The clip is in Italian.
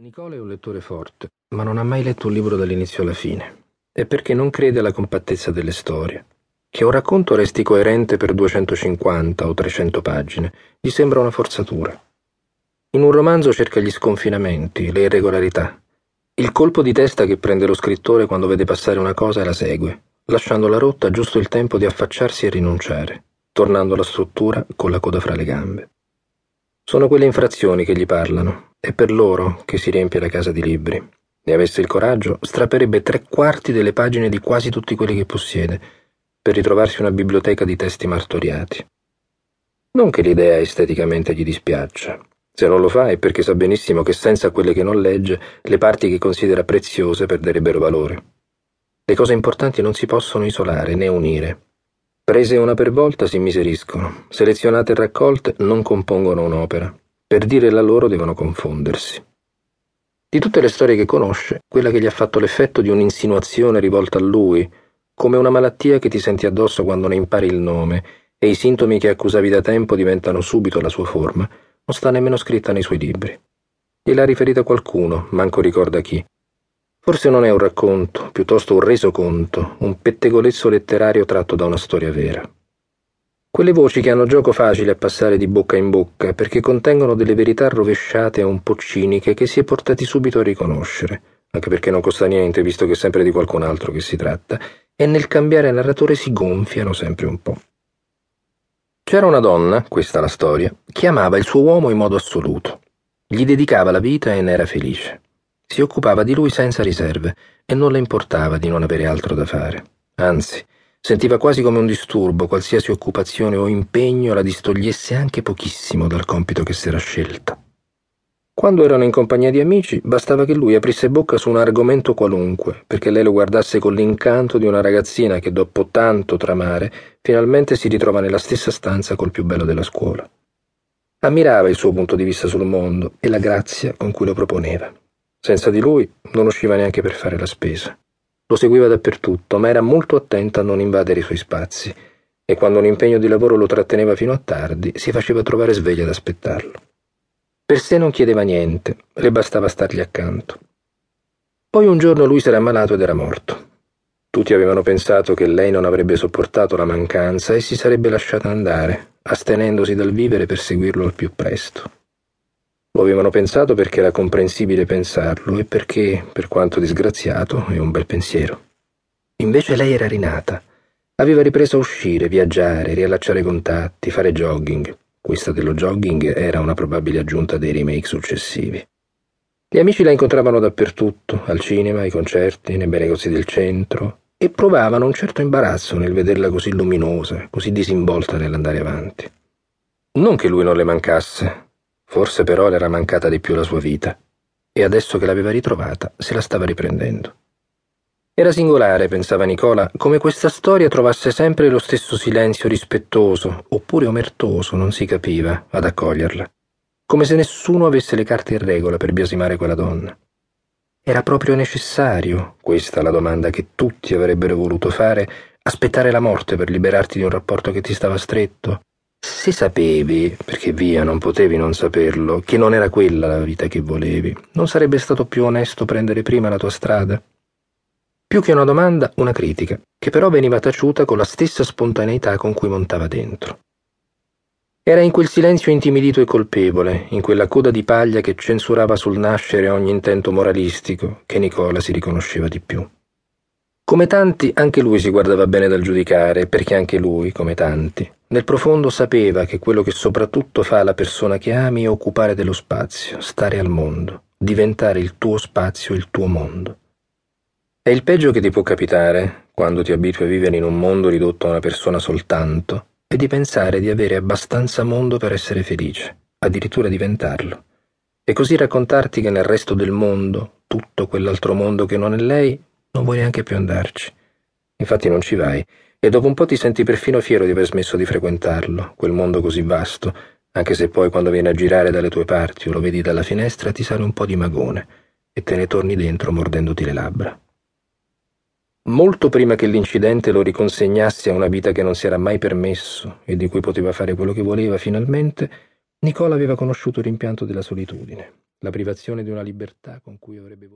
Nicola è un lettore forte, ma non ha mai letto un libro dall'inizio alla fine. È perché non crede alla compattezza delle storie. Che un racconto resti coerente per 250 o 300 pagine gli sembra una forzatura. In un romanzo cerca gli sconfinamenti, le irregolarità, il colpo di testa che prende lo scrittore quando vede passare una cosa e la segue, lasciando la rotta giusto il tempo di affacciarsi e rinunciare, tornando alla struttura con la coda fra le gambe. Sono quelle infrazioni che gli parlano. È per loro che si riempie la casa di libri. Ne avesse il coraggio, strapperebbe 3/4 delle pagine di quasi tutti quelli che possiede, per ritrovarsi una biblioteca di testi martoriati. Non che l'idea esteticamente gli dispiaccia. Se non lo fa è perché sa benissimo che senza quelle che non legge, le parti che considera preziose perderebbero valore. Le cose importanti non si possono isolare né unire. Prese una per volta si immiseriscono, selezionate e raccolte non compongono un'opera. Per dire la loro devono confondersi. Di tutte le storie che conosce, quella che gli ha fatto l'effetto di un'insinuazione rivolta a lui, come una malattia che ti senti addosso quando ne impari il nome e i sintomi che accusavi da tempo diventano subito la sua forma, non sta nemmeno scritta nei suoi libri. Gliel'ha riferita qualcuno, manco ricorda chi. Forse non è un racconto, piuttosto un resoconto, un pettegolezzo letterario tratto da una storia vera. Quelle voci che hanno gioco facile a passare di bocca in bocca perché contengono delle verità rovesciate e un po' ciniche che si è portati subito a riconoscere, anche perché non costa niente visto che è sempre di qualcun altro che si tratta, e nel cambiare narratore si gonfiano sempre un po'. C'era una donna, questa è la storia, che amava il suo uomo in modo assoluto. Gli dedicava la vita e ne era felice. Si occupava di lui senza riserve e non le importava di non avere altro da fare. Anzi, sentiva quasi come un disturbo qualsiasi occupazione o impegno la distogliesse anche pochissimo dal compito che si era scelta. Quando erano in compagnia di amici, bastava che lui aprisse bocca su un argomento qualunque, perché lei lo guardasse con l'incanto di una ragazzina che dopo tanto tramare, finalmente si ritrova nella stessa stanza col più bello della scuola. Ammirava il suo punto di vista sul mondo e la grazia con cui lo proponeva. Senza di lui non usciva neanche per fare la spesa. Lo seguiva dappertutto, ma era molto attenta a non invadere i suoi spazi, e quando un impegno di lavoro lo tratteneva fino a tardi, si faceva trovare sveglia ad aspettarlo. Per sé non chiedeva niente, le bastava stargli accanto. Poi un giorno lui si era ammalato ed era morto. Tutti avevano pensato che lei non avrebbe sopportato la mancanza e si sarebbe lasciata andare, astenendosi dal vivere per seguirlo al più presto. Lo avevano pensato perché era comprensibile pensarlo e perché, per quanto disgraziato, è un bel pensiero. Invece lei era rinata. Aveva ripreso a uscire, viaggiare, riallacciare contatti, fare jogging. Questa dello jogging era una probabile aggiunta dei remake successivi. Gli amici la incontravano dappertutto, al cinema, ai concerti, nei bei negozi del centro, e provavano un certo imbarazzo nel vederla così luminosa, così disinvolta nell'andare avanti. Non che lui non le mancasse. Forse però le era mancata di più la sua vita, e adesso che l'aveva ritrovata se la stava riprendendo. Era singolare, pensava Nicola, come questa storia trovasse sempre lo stesso silenzio rispettoso, oppure omertoso, non si capiva, ad accoglierla, come se nessuno avesse le carte in regola per biasimare quella donna. Era proprio necessario, questa la domanda che tutti avrebbero voluto fare, aspettare la morte per liberarti di un rapporto che ti stava stretto? Se sapevi, perché via non potevi non saperlo, che non era quella la vita che volevi, non sarebbe stato più onesto prendere prima la tua strada? Più che una domanda, una critica, che però veniva taciuta con la stessa spontaneità con cui montava dentro. Era in quel silenzio intimidito e colpevole, in quella coda di paglia che censurava sul nascere ogni intento moralistico, che Nicola si riconosceva di più. Come tanti, anche lui si guardava bene dal giudicare, perché anche lui, come tanti, nel profondo sapeva che quello che soprattutto fa la persona che ami è occupare dello spazio, stare al mondo, diventare il tuo spazio, il tuo mondo. È il peggio che ti può capitare, quando ti abitui a vivere in un mondo ridotto a una persona soltanto, è di pensare di avere abbastanza mondo per essere felice, addirittura diventarlo, e così raccontarti che nel resto del mondo, tutto quell'altro mondo che non è lei, non vuoi neanche più andarci. Infatti non ci vai, e dopo un po' ti senti perfino fiero di aver smesso di frequentarlo, quel mondo così vasto, anche se poi quando viene a girare dalle tue parti o lo vedi dalla finestra ti sale un po' di magone, e te ne torni dentro mordendoti le labbra. Molto prima che l'incidente lo riconsegnasse a una vita che non si era mai permesso e di cui poteva fare quello che voleva finalmente, Nicola aveva conosciuto il rimpianto della solitudine. la privazione di una libertà con cui avrebbe